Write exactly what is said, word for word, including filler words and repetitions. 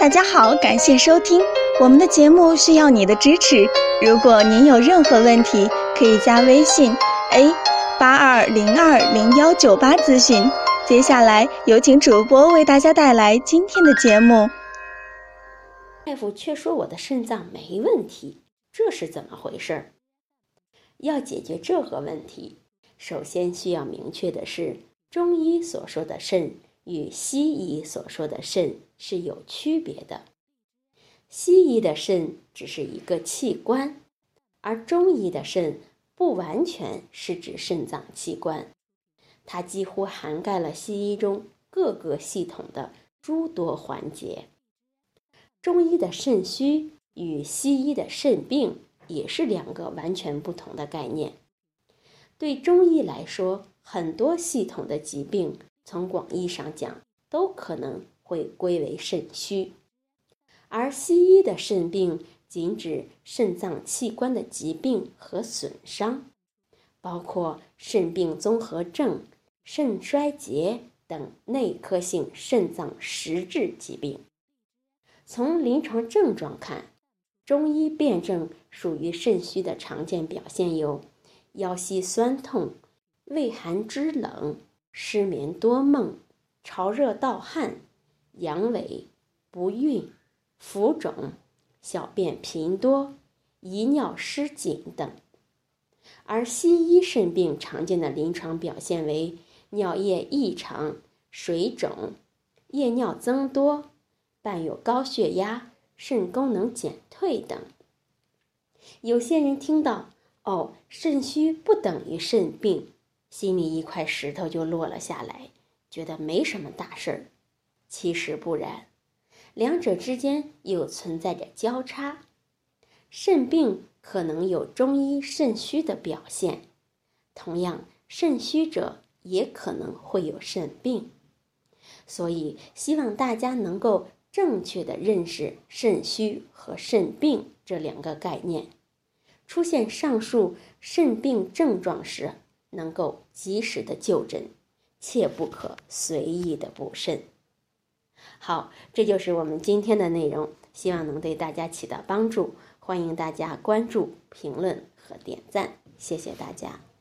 大家好，感谢收听我们的节目，需要你的支持。如果您有任何问题，可以加微信 A 八二零二零幺九八咨询。接下来有请主播为大家带来今天的节目。 大夫却说我的肾脏没问题，这是怎么回事？要解决这个问题，首先需要明确的是，中医所说的肾与西医所说的肾是有区别的。西医的肾只是一个器官，而中医的肾不完全是指肾脏器官，它几乎涵盖了西医中各个系统的诸多环节。中医的肾虚与西医的肾病也是两个完全不同的概念。对中医来说，很多系统的疾病从广义上讲都可能会归为肾虚，而西医的肾病仅指肾脏器官的疾病和损伤，包括肾病综合症、肾衰竭等内科性肾脏实质疾病。从临床症状看，中医辨证属于肾虚的常见表现有腰膝酸痛、畏寒肢冷、失眠多梦、潮热盗汗、阳痿、不孕、浮肿、小便频多、遗尿失禁等。而西医肾病常见的临床表现为尿液异常、水肿、夜尿增多，伴有高血压、肾功能减退等。有些人听到哦，肾虚不等于肾病，心里一块石头就落了下来，觉得没什么大事儿。其实不然，两者之间又存在着交叉。肾病可能有中医肾虚的表现，同样肾虚者也可能会有肾病。所以希望大家能够正确地认识肾虚和肾病这两个概念，出现上述肾病症状时能够及时的就诊，切不可随意的补肾。好，这就是我们今天的内容，希望能对大家起到帮助。欢迎大家关注、评论和点赞，谢谢大家。